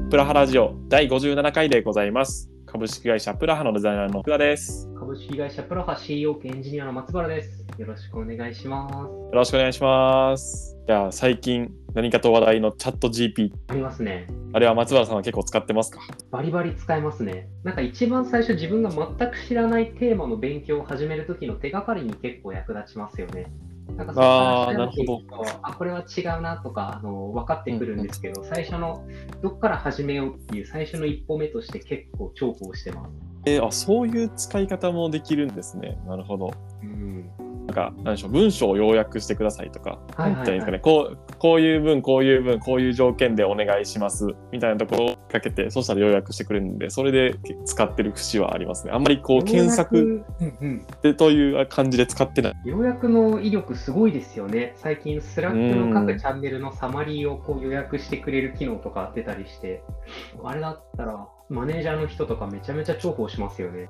プラハラジオ第57回でございます。株式会社プラハのデザイナーの福田です。 株式会社プラハ CEO 兼エンジニアの松原です。よろしくお願いします。 よろしくお願いします。じゃあ最近何かと話題のチャット GP ありますね。 あれは松原さんは結構使ってますか？ バリバリ使えますね。なんか一番最初自分が全く知らないテーマの勉強を始めるときの手がかりに結構役立ちますよね。なんかそこから調べていくと、これは違うなとか分かってくるんですけど、最初のどっから始めようっていう最初の一歩目として結構重宝してます。 そういう使い方もできるんですね。なるほど。なんでしょう、文章を要約してくださいとか、なんていうんですかね、こういう文、こういう条件でお願いしますみたいなところをかけて、そうしたら要約してくれるんで、それで使ってる節はありますね。あんまり検索でという感じで使ってない。 要約の威力すごいですよね。最近スラックの各チャンネルのサマリーを要約してくれる機能とか出たりして、あれだったらマネージャーの人とかめちゃめちゃ重宝しますよね。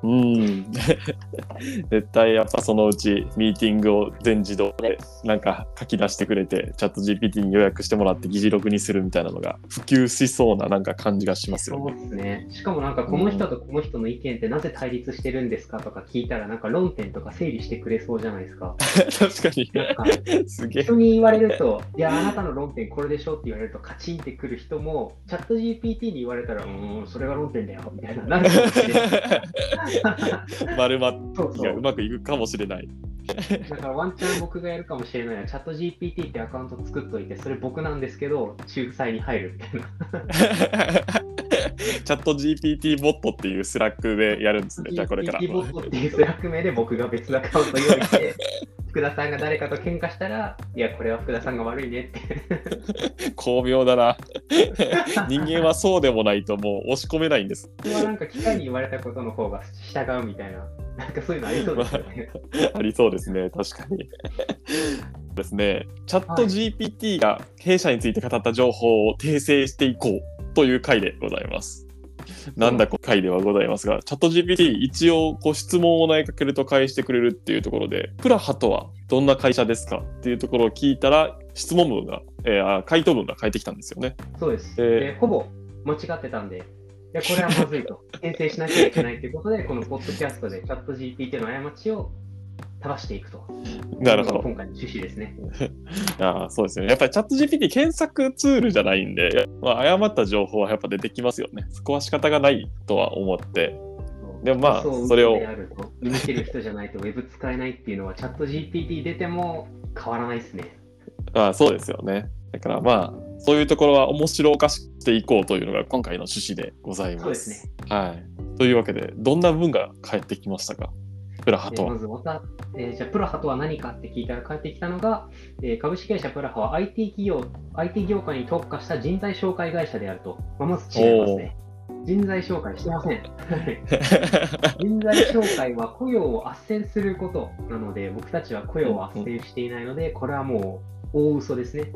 絶対やっぱそのうちミーティングを全自動でなんか書き出してくれて、チャット GPT に予約してもらって議事録にするみたいなのが普及しそうななんか感じがしますよね。 そうですね。しかもなんかこの人とこの人の意見ってなぜ対立してるんですかとか聞いたらなんか論点とか整理してくれそうじゃないですか。 確かに。すげえ。 人に言われると、いやあなたの論点これでしょって言われるとカチンってくる人も、チャット GPT に言われたらそれが論点だよみたいなるかもしれない。 丸まってうまくいくかもしれない。 だからワンチャン僕がやるかもしれないのはチャット GPT ってアカウント作っといて、それ僕なんですけど仲裁に入るみたいな。 チャット GPT ボットっていうスラックでやるんですね。じゃあこれから。 GPT ボットっていうスラック名で僕が別のアカウント用意して福田さんが誰かと喧嘩したら、いやこれは福田さんが悪いねって巧妙だな。人間はそうでもないともう押し込めないんです。 それはなんか機械に言われたことの方が従うみたいな、なんかそういうのありそうですよね。 ありそうですね、確かに。ですね、チャット GPT が弊社について語った情報を訂正していこうという回でございます。なんだこの回ではございますが、チャット GPT 一応質問を投げかけると返してくれるっていうところで、プラハとはどんな会社ですかっていうところを聞いたら、質問文が、回答文が返ってきたんですよね。 そうです。ほぼ間違ってたんで、いやこれはまずいと訂正しなきゃいけないということで、このポッドキャストでチャット GPT の過ちを正していくと。 なるほど。 今回の趣旨ですね。 そうですよね。やっぱりチャット GPT 検索ツールじゃないんで、誤った情報はやっぱ出てきますよね。そこは仕方がないとは思って。でもそれを見抜ける人じゃないとウェブ使えないっていうのはチャット GPT 出ても変わらないですね。 そうですよね。だからそういうところは面白おかしくしていこうというのが今回の趣旨でございます。 そうですね。 はい。というわけで、どんな文が返ってきましたか？プラハとは。 まずじゃあプラハとは何かって聞いたら返ってきたのが、株式会社プラハは IT 業界に特化した人材紹介会社であると。まず違いますね。人材紹介してません。人材紹介は雇用を斡旋することなので、僕たちは雇用を斡旋していないので、これはもう大嘘ですね。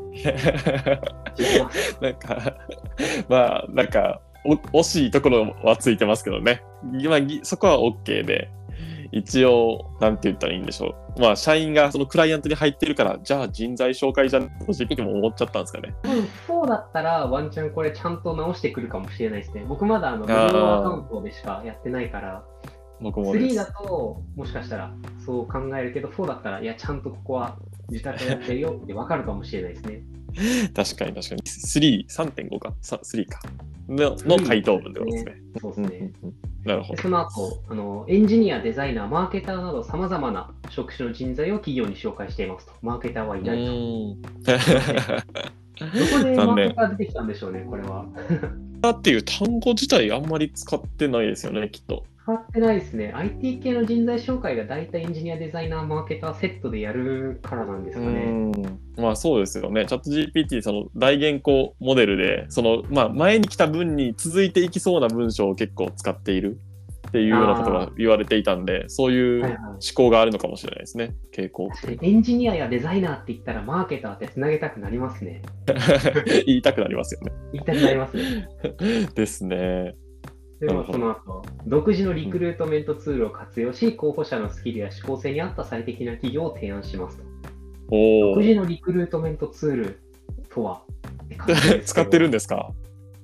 なんか惜しいところはついてますけどね。そこは OK で。一応、なんて言ったらいいんでしょう。社員がそのクライアントに入ってるから、じゃあ人材紹介じゃんと GPT も思っちゃったんですかね。 そうだったら、ワンチャンこれちゃんと直してくるかもしれないですね。僕まだ無料アカウントでしかやってないから、 僕もです。 3だと、もしかしたらそう考えるけど、4だったら、いや、ちゃんとここは自宅やってるよって分かるかもしれないですね。 確かに。3.5 か。3か。の回答文でございますね。 そうですね。 なるほど。 その後、エンジニア、デザイナー、マーケターなど様々な職種の人材を企業に紹介していますと。マーケターはいないと。どこでマーケター出てきたんでしょうね、これは。 っていう単語自体あんまり使ってないですよね、きっと。 使ってないですね。IT 系の人材紹介が大体エンジニア、デザイナー、マーケターセットでやるからなんですかね。 そうですよね。チャット GPT、その大言語モデルで、前に来た文に続いていきそうな文章を結構使っているっていうようなことが言われていたんで、そういう思考があるのかもしれないですね、傾向。 エンジニアやデザイナーって言ったらマーケターってつなげたくなりますね。 言いたくなりますよね。 言いたくなりますね。 ですね。 でもその後、独自のリクルートメントツールを活用し、候補者のスキルや思考性に合った最適な企業を提案しますと。独自のリクルートメントツールとは使ってるんですか？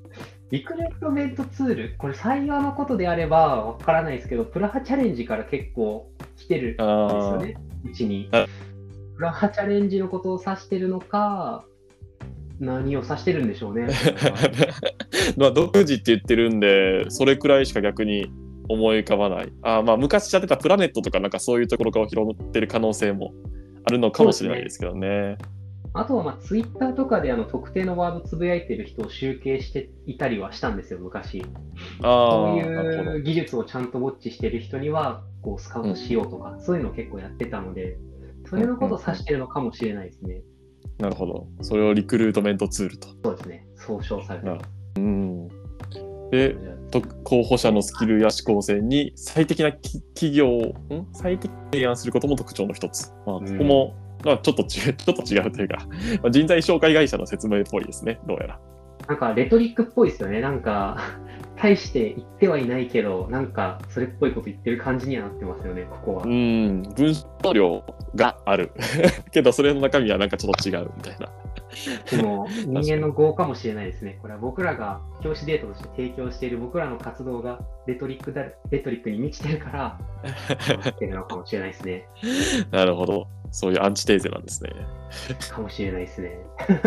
リクルートメントツール、これ採用のことであればわからないですけど、プラハチャレンジから結構来てるんですよね、うちに。プラハチャレンジのことを指してるのか、何を指してるんでしょうね。 まあ独自って言ってるんで、それくらいしか逆に思い浮かばない。まあ昔やってたプラネットとかなんかそういうところから拾ってる可能性もあるのかもしれないですけどね。 あとはまあツイッターとかで特定のワードつぶやいてる人を集計していたりはしたんですよ、昔。そういう技術をちゃんとウォッチしてる人にはこうスカウトしようとか、そういうのを結構やってたので、それのことを指してるのかもしれないですね。 なるほど。それをリクルートメントツールと。 そうですね。総称されてます。 で、候補者のスキルや思考性に最適な企業を最適に提案することも特徴の一つ。ここも、ちょっと違うというか、人材紹介会社の説明っぽいですね、どうやら。 なんかレトリックっぽいですよね。なんか大して言ってはいないけど、なんかそれっぽいこと言ってる感じにはなってますよね、ここは。 文章量があるけど、それの中身はなんかちょっと違うみたいな。 でも人間の業かもしれないですね。これは僕らが教師データとして提供している僕らの活動がレトリックに満ちてるからってるのかもしれないですね。 なるほど。そういうアンチテーゼなんですね。 かもしれないですね。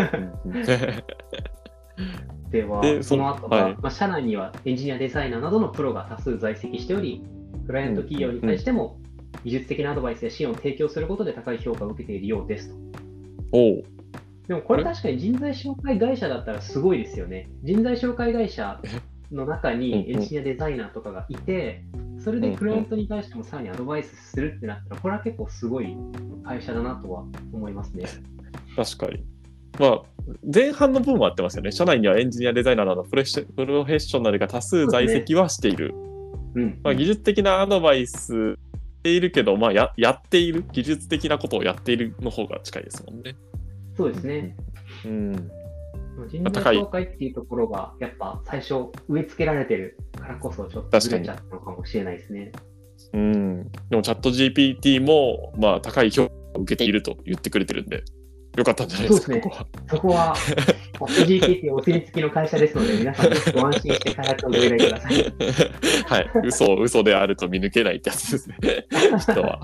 では、その後は、社内にはエンジニア、デザイナーなどのプロが多数在籍しており、クライアント企業に対しても技術的なアドバイスや支援を提供することで高い評価を受けているようですと。でもこれ確かに人材紹介会社だったらすごいですよね。人材紹介会社の中にエンジニア、デザイナーとかがいて、それでクライアントに対してもさらにアドバイスするってなったら、これは結構すごい会社だなとは思いますね。確かに。前半の部分は合ってますよね。社内にはエンジニア、デザイナーなどプロフェッショナルが多数在籍はしている。技術的なアドバイスしているけど、やっている、技術的なことをやっているの方が近いですもんね。 そうですね。人材紹介っていうところがやっぱ最初植え付けられてるからこそちょっとずれちゃったのかもしれないですね。 でもチャット GPT も高い評価を受けていると言ってくれてるんで、よかったんじゃないですか。 そうですね。そこはチャット GPT お墨付きの会社ですので、皆さんご安心して開発をお願いください。 はい、嘘であると見抜けないってやつですね。人は。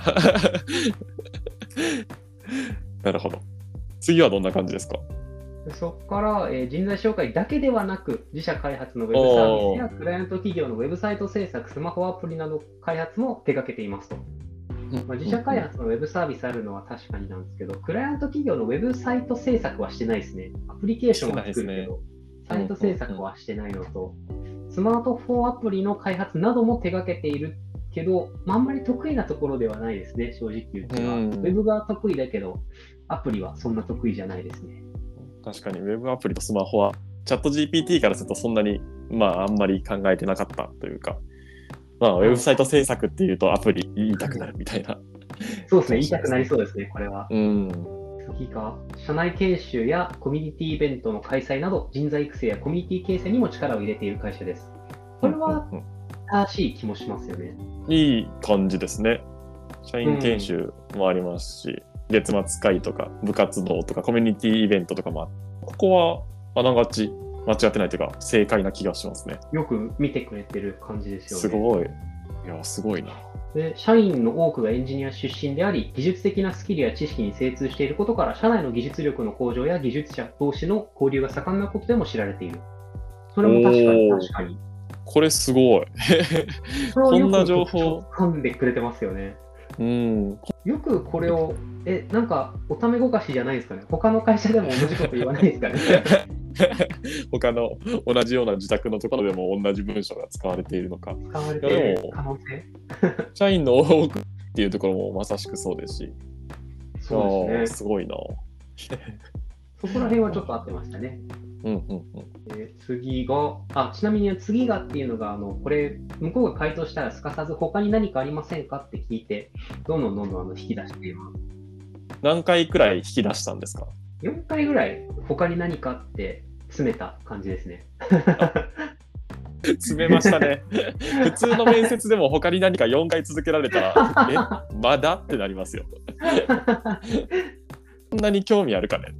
なるほど。次はどんな感じですか？ そこから、人材紹介だけではなく、自社開発のウェブサービスやクライアント企業のウェブサイト制作、スマホアプリなど開発も手掛けていますと。自社開発のウェブサービスあるのは確かになんですけど、クライアント企業のウェブサイト制作はしてないですね。アプリケーションは作るけど、サイト制作はしてないのと、スマートフォンアプリの開発なども手掛けているけど、あんまり得意なところではないですね、正直言うと。ウェブが得意だけど、アプリはそんな得意じゃないですね。確かにウェブアプリとスマホはチャット GPT からするとそんなにあんまり考えてなかったというか、ウェブサイト制作っていうとアプリ言いたくなるみたいな。 そうですね、言いたくなりそうですね、これは。次が、社内研修やコミュニティイベントの開催など、人材育成やコミュニティ形成にも力を入れている会社です。これは正しい気もしますよね。 いい感じですね。社員研修もありますし、月末会とか部活動とかコミュニティイベントとかもあって、ここはあながち間違ってないというか正解な気がしますね。 よく見てくれてる感じですよね。 すごい。いや、すごいな。 で、社員の多くがエンジニア出身であり、技術的なスキルや知識に精通していることから、社内の技術力の向上や技術者同士の交流が盛んなことでも知られている。それも確かに。 これすごい。こんな情報。 噛んでくれてますよね。よくこれを、なんかおためごかしじゃないですかね。他の会社でも同じこと言わないですかね。 他の同じような自宅のところでも同じ文章が使われているのか。 使われている可能性。 社員の多くっていうところもまさしくそうですし。 そうですね。 すごいな。 そこら辺はちょっと合ってましたね。次が、ちなみに次がっていうのが、これ、向こうが回答したらすかさず他に何かありませんかって聞いて、どんどん引き出しています。 何回くらい引き出したんですか ？4回ぐらい他に何かって詰めた感じですね。 詰めましたね。普通の面接でも他に何か4回続けられたら、まだってなりますよ。そんなに興味あるかねっていう。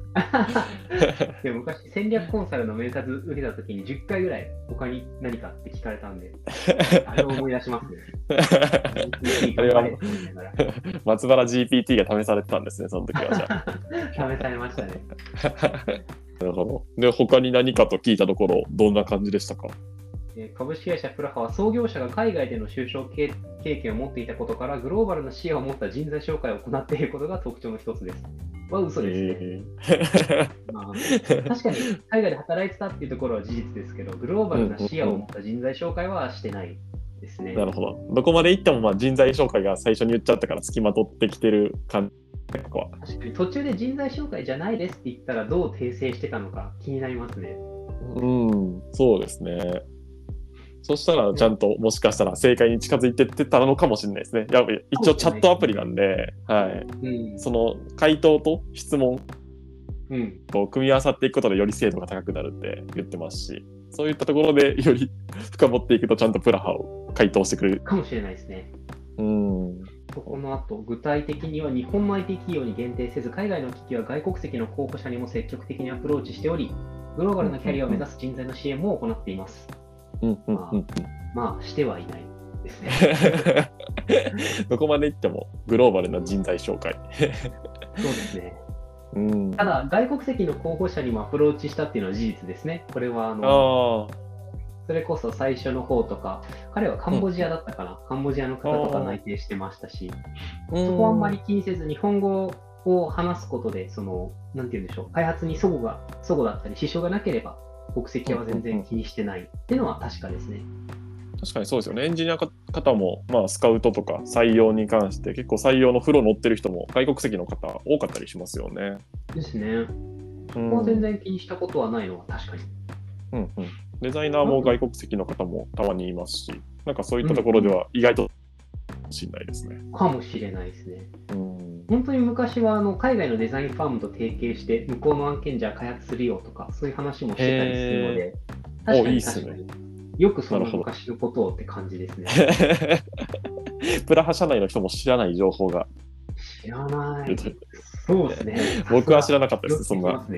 でも昔、戦略コンサルの面接受けたときに10回ぐらい他に何かって聞かれたんで、あれを思い出しますね。 あれは松原 GPT が試されてたんですね、その時はじゃあ。 試されましたね。 なるほど。で、他に何かと聞いたところ、どんな感じでしたか？ 株式会社プラハは創業者が海外での就職経験を持っていたことから、グローバルな視野を持った人材紹介を行っていることが特徴の一つです。は嘘ですね。まあ、確かに海外で働いてたっていうところは事実ですけど、グローバルな視野を持った人材紹介はしてないですね。 なるほど。どこまで行ってもまあ人材紹介が最初に言っちゃったから付きまとってきてる感じ。 確かに途中で人材紹介じゃないですって言ったらどう訂正してたのか気になりますね。 そうですね。そしたらちゃんともしかしたら正解に近づいてってたのかもしれないですね。一応チャットアプリなんで、その回答と質問を組み合わさっていくことでより精度が高くなるって言ってますし、そういったところでより深掘っていくとちゃんとプラハを回答してくれるかもしれないですね。この後、具体的には日本の IT 企業に限定せず、海外の企業や外国籍の候補者にも積極的にアプローチしており、グローバルなキャリアを目指す人材の支援も行っています。まあ、してはいないですね。 どこまで行ってもグローバルな人材紹介。 そうですね。ただ、外国籍の候補者にもアプローチしたっていうのは事実ですね。これはそれこそ最初の方とか、彼はカンボジアだったかな、カンボジアの方とか内定してましたし、そこはあんまり気にせず、日本語を話すことで、なんて言うんでしょう、開発に齟齬だったり、支障がなければ、国籍は全然気にしてないっていうのは確かですね。 確かにそうですよね。エンジニア方も、スカウトとか採用に関して結構採用のフロー乗ってる人も外国籍の方多かったりしますよね。 ですね。そこは全然気にしたことはないのは確かに。 デザイナーも外国籍の方もたまにいますし、なんかそういったところでは意外とかもしれないですね。 かもしれないですね。本当に昔は海外のデザインファームと提携して向こうの案件じゃ開発するよとかそういう話もしてたりするので、確かに確かによくその昔のことをって感じですね。 プラハ社内の人も知らない情報が。 知らない。そうですね。 僕は知らなかったです、そんな。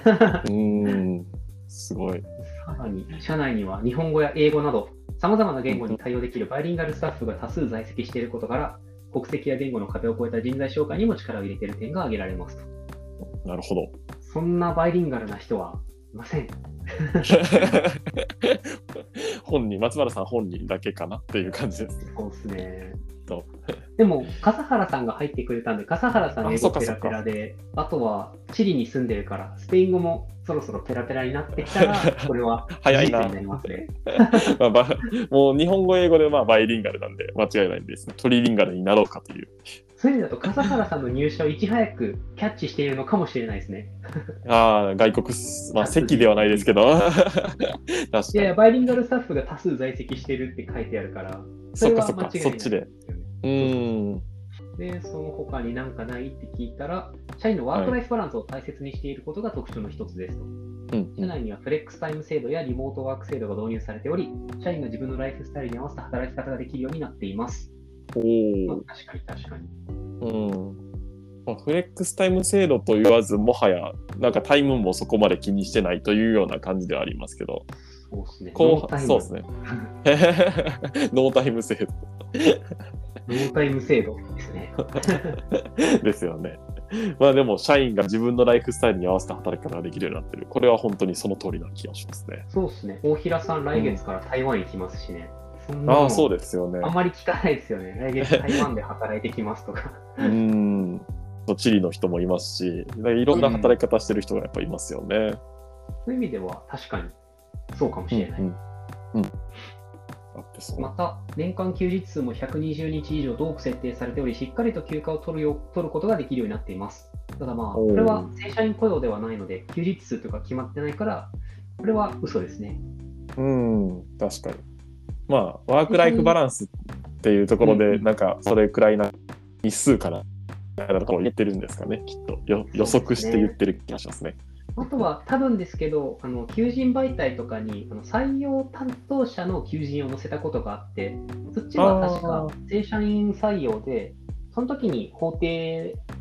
すごい。 さらに、社内には日本語や英語など、さまざまな言語に対応できるバイリンガルスタッフが多数在籍していることから、国籍や言語の壁を越えた人材紹介にも力を入れている点が挙げられますと。 なるほど。 そんなバイリンガルな人はいません。 松原さん本人だけかなっていう感じですね。 そうですね。でも、笠原さんが入ってくれたんで、笠原さん英語ペラペラで、あとはチリに住んでるから、スペイン語もそろそろペラペラになってきたら、これは早いな。 になりますね。 もう日本語、英語でバイリンガルなんで間違いないんですね。トリリンガルになろうかという。 そういう意味だと、笠原さんの入社をいち早くキャッチしているのかもしれないですね。 外国、籍ではないですけど。確かに。 いや、バイリンガルスタッフが多数在籍しているって書いてあるから、それは間違いない。 そっちで。 で、その他になんかないって聞いたら、社員のワークライフバランスを大切にしていることが特徴の一つですと。社内にはフレックスタイム制度やリモートワーク制度が導入されており、社員が自分のライフスタイルに合わせた働き方ができるようになっています。確かに確かに。 フレックスタイム制度と言わず、もはやなんかタイムもそこまで気にしてないというような感じではありますけど。 そうですね。 そうですね。ノータイム制度。 ノータイム制度ですね。 ですよね。でも社員が自分のライフスタイルに合わせた働き方ができるようになってる。これは本当にその通りな気がしますね。 そうですね。大平さん来月から台湾行きますしね。 そうですよね。 あんまり聞かないですよね。来月台湾で働いてきますとか。 チリの人もいますし、いろんな働き方してる人がやっぱいますよね。 そういう意味では確かにそうかもしれない。また、年間休日数も120日以上多く設定されており、しっかりと休暇を取ることができるようになっています。ただこれは正社員雇用ではないので、休日数とか決まってないから、これは嘘ですね。 確かに。ワークライフバランスっていうところで、なんかそれくらいな日数かな、言ってるんですかね、きっと。予測して言ってる気がしますね。 あとは多分ですけど、求人媒体とかに採用担当者の求人を載せたことがあって、そっちは確か正社員採用で、その時に法定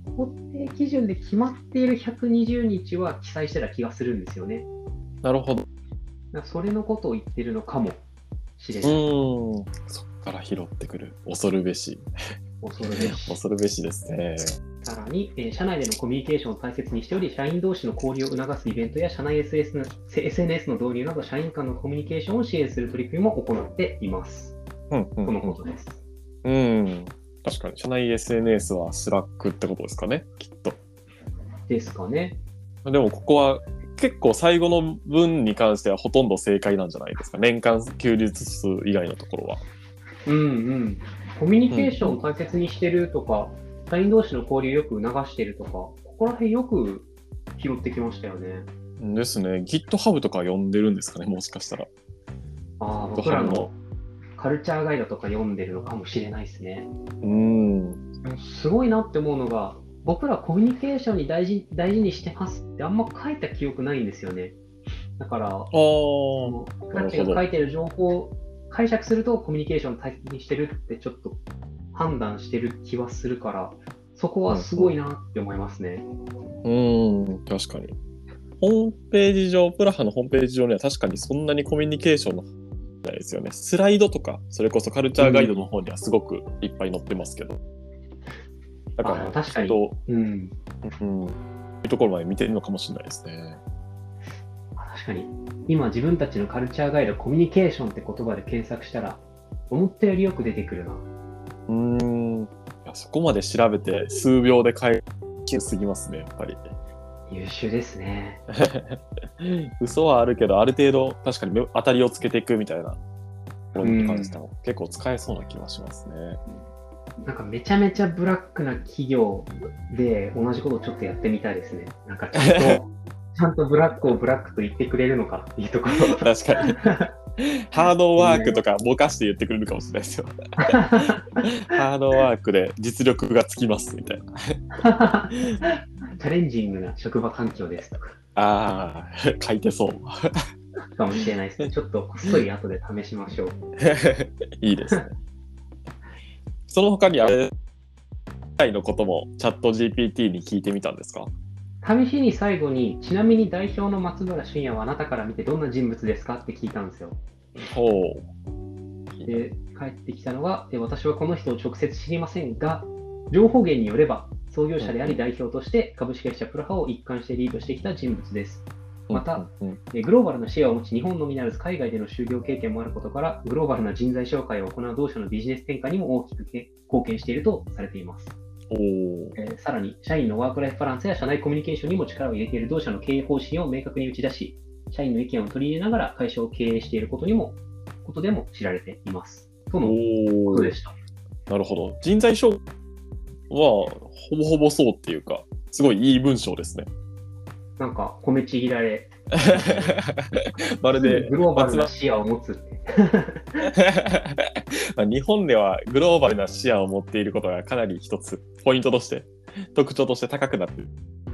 法定基準で決まっている120日は記載してた気がするんですよね。 なるほど。 だからそれのことを言ってるのかもしれない。 そっから拾ってくる。恐るべし。 恐るべし。 恐るべしですね。 さらに、社内でのコミュニケーションを大切にしており、社員同士の交流を促すイベントや社内 SNS の導入など、社員間のコミュニケーションを支援する取り組みも行っています。このことです。 確かに。社内 SNS はスラックってことですかね、きっと。 ですかね。 でもここは結構最後の分に関してはほとんど正解なんじゃないですか。年間休日数以外のところは。 コミュニケーションを大切にしてるとか、社員同士の交流よく促してるとか、ここら辺よく拾ってきましたよね。 ですね。GitHub とか読んでるんですかね、もしかしたら。 僕らのカルチャーガイドとか読んでるのかもしれないですね。すごいなって思うのが、僕らコミュニケーションに大事にしてますってあんま書いた記憶ないんですよね。だから、僕たちが書いてる情報を解釈するとコミュニケーションを大切にしてるってちょっと判断してる気はするから、そこはすごいなって思いますね。 確かに。ホームページ上、プラハのホームページ上には確かにそんなにコミュニケーションのないですよね。スライドとか、それこそカルチャーガイドの方にはすごくいっぱい載ってますけど。だから、 確かに。 いうところまで見てるのかもしれないですね。 確かに。今自分たちのカルチャーガイド、コミュニケーションって言葉で検索したら、思ったよりよく出てくるな。 いやそこまで調べて数秒で解決すぎますね、やっぱり。 優秀ですね。 嘘はあるけど、ある程度確かに当たりをつけていくみたいなところに関しても結構使えそうな気がしますね。 なんかめちゃめちゃブラックな企業で同じことをちょっとやってみたいですね。なんかちゃんとブラックをブラックと言ってくれるのかっていうところ。 確かに。ハードワークとかぼかして言ってくれるかもしれないですよ。ハードワークで実力がつきますみたいな。 チャレンジングな職場環境ですとか。 書いてそう。 かもしれないですね。ちょっとこっそり後で試しましょう。 いいですね。その他にAIのこともチャット GPT に聞いてみたんですか？ 試しに最後に、ちなみに代表の松村俊也はあなたから見てどんな人物ですかって聞いたんですよ。で、返ってきたのが、私はこの人を直接知りませんが、情報源によれば、創業者であり代表として株式会社プラハを一貫してリードしてきた人物です。また、グローバルなシェアを持ち、日本のみならず海外での就業経験もあることから、グローバルな人材紹介を行う同社のビジネス展開にも大きく貢献しているとされています。さらに、社員のワークライフバランスや社内コミュニケーションにも力を入れている同社の経営方針を明確に打ち出し、社員の意見を取り入れながら会社を経営していることでも知られています。とのことでした。 なるほど。人材紹介はほぼほぼそうっていうか、すごいいい文章ですね。 なんか、褒めちぎられ。 まるでグローバルな視野を持つって。 日本ではグローバルな視野を持っていることがかなり一つポイントとして特徴として高くなってる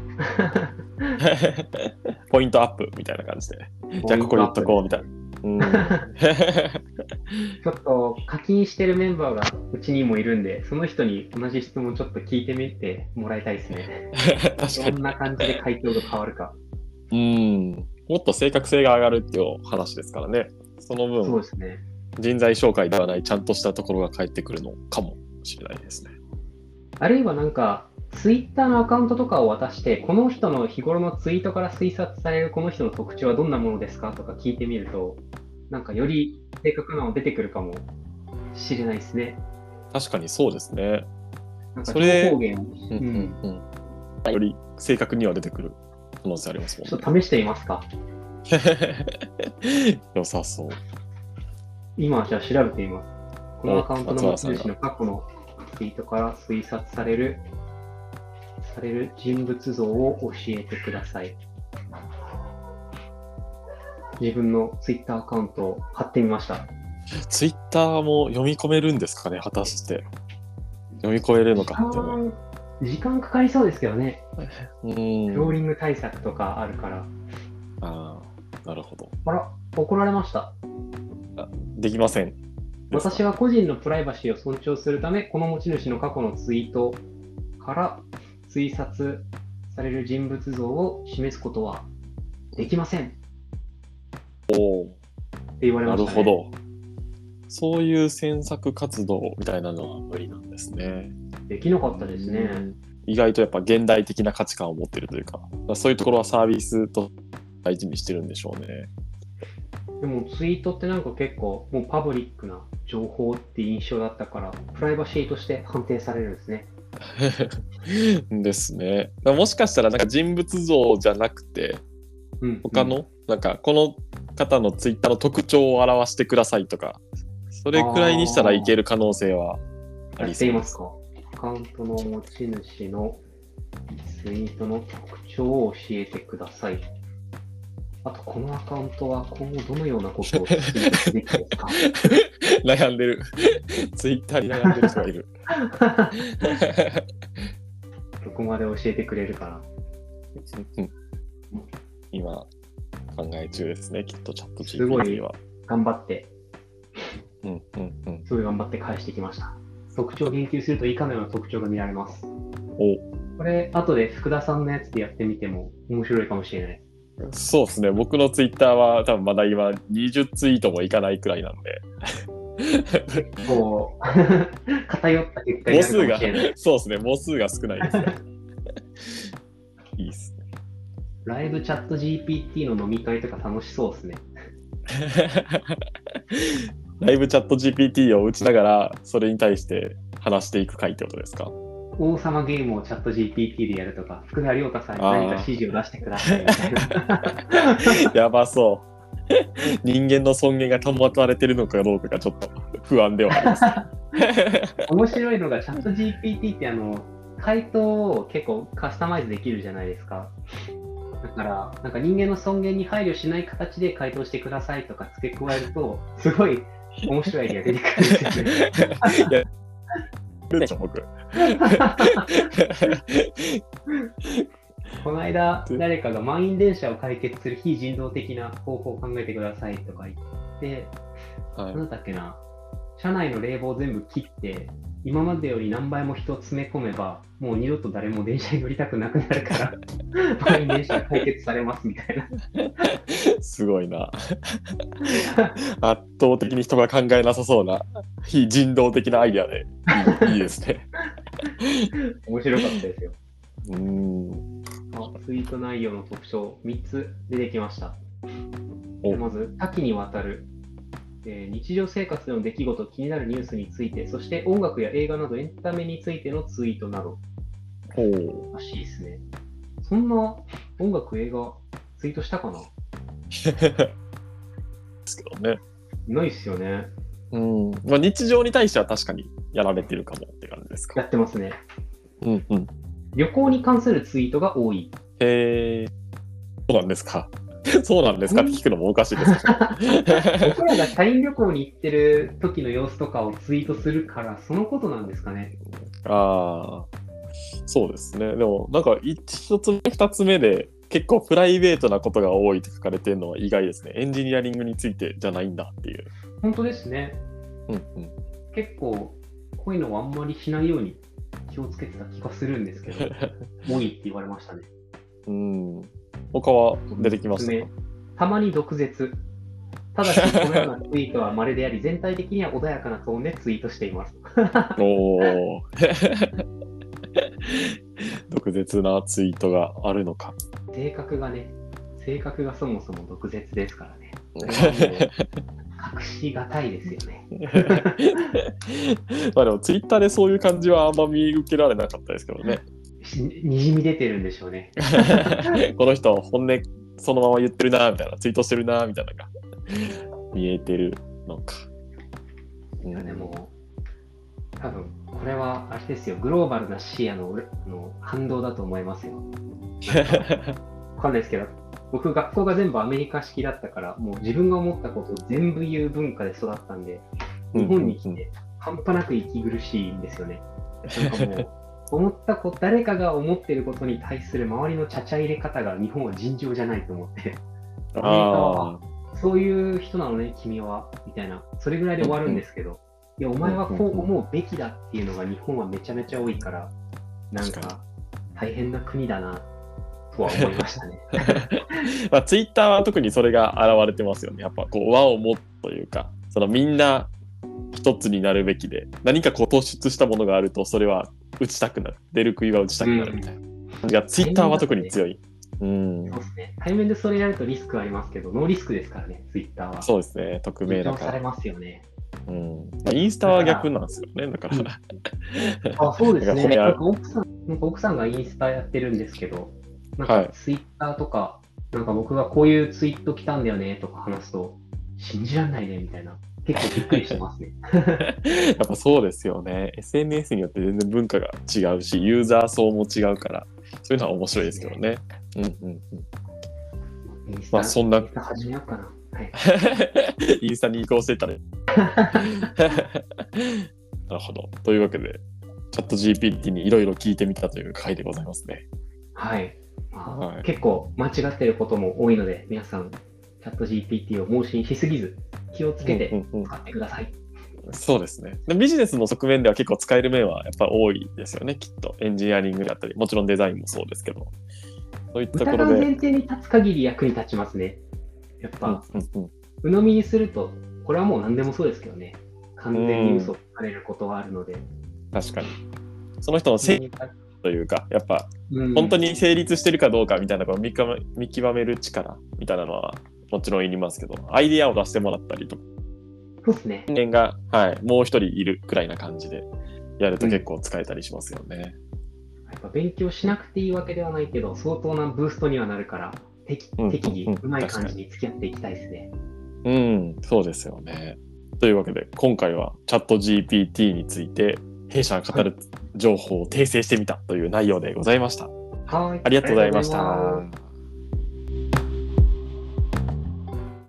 ポイントアップみたいな感じでじゃあここ言っとこうみたいな、 ちょっと課金してるメンバーがうちにもいるんで、その人に同じ質問ちょっと聞いてみてもらいたいですね。確かにどんな感じで回答が変わるか。 もっと正確性が上がるっていう話ですからね。その分、 そうですね。 人材紹介ではないちゃんとしたところが返ってくるのかもしれないですね。 あるいはなんか、ツイッターのアカウントとかを渡して、この人の日頃のツイートから推察されるこの人の特徴はどんなものですかとか聞いてみると、なんかより正確なの出てくるかもしれないですね。 確かにそうですね。 なんか情報源を、 より正確には出てくる可能性ありますもんね。 ちょっと試してみますか。 良さそう。 今じゃあ調べてみます。このアカウントの持ち主の過去のツイートから推察される人物像を教えてください。自分のツイッターアカウントを貼ってみました。 ツイッターも読み込めるんですかね、果たして。読み込めるのかっていうのは。 時間かかりそうですけどね。 ローリング対策とかあるから。 なるほど。 あら、怒られました。 できません。 私は個人のプライバシーを尊重するため、この持ち主の過去のツイートから推察される人物像を示すことはできませんっておー、 言われましたね。 なるほど。そういう詮索活動みたいなのは無理なんですね。 できなかったですね。 意外とやっぱ現代的な価値観を持ってるというか、そういうところはサービスと大事にしてるんでしょうね。 でもツイートってなんか結構もうパブリックな情報って印象だったから、プライバシーとして判定されるんですね。 ですね。もしかしたらなんか人物像じゃなくて、他のなんかこの方のツイッターの特徴を表してくださいとか、それくらいにしたらいける可能性はありそうです。 やっていますか。アカウントの持ち主のツイートの特徴を教えてください。あと、このアカウントは今後どのようなことをツイートすべきですか。 悩んでる。ツイッターに悩んでる人がいる。 どこまで教えてくれるかな。 今、考え中ですね。きっとチャットすご GPT いは。 頑張って、 うん。 すごい頑張って返してきました。特徴を言及すると以下のような特徴が見られます。 お、 これ、後で福田さんのやつでやってみても面白いかもしれない。 そうですね。僕のツイッターは多分まだ今20ツイートもいかないくらいなんで。 こう、偏った結果になるかもしれない。 そうですね。母数が少ないですね。いいっすね。 ライブチャット GPT の飲み会とか楽しそうですね。 ライブチャット GPT を打ちながら、それに対して話していく回ってことですか？ 王様ゲームをチャット GPT でやるとか、福田亮太さんに何か指示を出してくださいみたいな。 やばそう。人間の尊厳が保たれてるのかどうかがちょっと不安ではあります。 面白いのがチャット GPT って回答を結構カスタマイズできるじゃないですか。だからなんか人間の尊厳に配慮しない形で回答してくださいとか付け加えるとすごい面白いアイデア出てくるんですよね。 いや、でしょ僕。 この間誰かが満員電車を解決する非人道的な方法を考えてくださいとか言って、なんだっけな、車内の冷房を全部切って今までより何倍も人を詰め込めばもう二度と誰も電車に乗りたくなくなるから満員電車が解決されますみたいな。 すごいな。圧倒的に人が考えなさそうな非人道的なアイデアでいいですね。 面白かったですよ。ツイート内容の特徴3つ出てきました。まず多岐にわたる、日常生活での出来事、気になるニュースについて、そして音楽や映画などエンタメについてのツイートなどらしいですね。そんな音楽、映画ツイートしたかなですけどね。 ないっすよね。 まあ、日常に対しては確かにやられてるかもって感じですか。 やってますね。旅行に関するツイートが多い。 へー、そうなんですか。そうなんですかって聞くのもおかしいですけど。 僕らが社員旅行に行ってる時の様子とかをツイートするから、そのことなんですかね。 ああ、そうですね。でもなんか一つ目二つ目で結構プライベートなことが多いって書かれてるのは意外ですね。エンジニアリングについてじゃないんだっていう。 本当ですね。結構こういうのはあんまりしないように気をつけてた気がするんですけど、多いって言われましたね。 他は出てきましたか？ たまに毒舌。ただし、このようなツイートは稀であり、全体的には穏やかなトーンでツイートしています。 おー。毒舌なツイートがあるのか。 性格がそもそも毒舌ですからね。隠しがたいですよね。 まあでもツイッターでそういう感じはあんま見受けられなかったですけどね。 にじみ出てるんでしょうね。 この人本音そのまま言ってるなみたいな、ツイートしてるなみたいなのが見えてるのか。 いやでも多分これはあれですよ、グローバルな視野の反動だと思いますよ。わかんないですけど、僕学校が全部アメリカ式だったから、もう自分が思ったことを全部言う文化で育ったんで、日本に来て半端なく息苦しいんですよね。なんかもう誰かが思っていることに対する周りのちゃちゃ入れ方が日本は尋常じゃないと思って、アメリカはそういう人なのね君はみたいな、それぐらいで終わるんですけど、いやお前はこう思うべきだっていうのが日本はめちゃめちゃ多いから、なんか大変な国だなとは思いましたね。 まあ、ツイッターは特にそれが現れてますよね。やっぱこう和をもというか、そのみんな一つになるべきで、何かこう突出したものがあるとそれは打ちたくなる、出る杭は打ちたくなるみたいな感じが、ツイッターは特に強い。 そうですね。対面でそれやるとリスクありますけど、ノーリスクですからね、ツイッターは。 そうですね、匿名だから。 されますよね。 インスタは逆なんですよね、だから。 あ、そうですね。なんか奥さんがインスタやってるんですけど、なんかツイッターとか、なんか僕がこういうツイート来たんだよねとか話すと、信じらんないねみたいな。結構びっくりしてますね。 やっぱそうですよね。SNS によって全然文化が違うし、ユーザー層も違うから、そういうのは面白いですけどね。まあそんな。 インスタ始めようかな。はい、 インスタに移行してたね。なるほど。というわけで、チャット GPT にいろいろ聞いてみたという回でございますね。 はい。結構間違っていることも多いので、皆さん、チャット GPT を盲信しすぎず、気をつけて使ってください。 そうですね。ビジネスの側面では結構使える面はやっぱ多いですよね、きっと。エンジニアリングだったり、もちろんデザインもそうですけど。そういったところで。 疑う前提に立つ限り役に立ちますね。やっぱ、鵜呑みにすると、これはもう何でもそうですけどね。完全に嘘をつかれることがあるので。 確かに。その人の正義というか、やっぱ、本当に成立してるかどうかみたいなのを見極める力みたいなのはもちろんいりますけど、アイディアを出してもらったりとか。 そうですね。 人間が、もう一人いるくらいな感じでやると結構使えたりしますよね。 やっぱ勉強しなくていいわけではないけど、相当なブーストにはなるから、適宜うまい感じに付き合っていきたいですね。 そうですよね。というわけで、今回はチャット GPT について弊社が語る情報を訂正してみたという内容でございました。 はい。 ありがとうございました。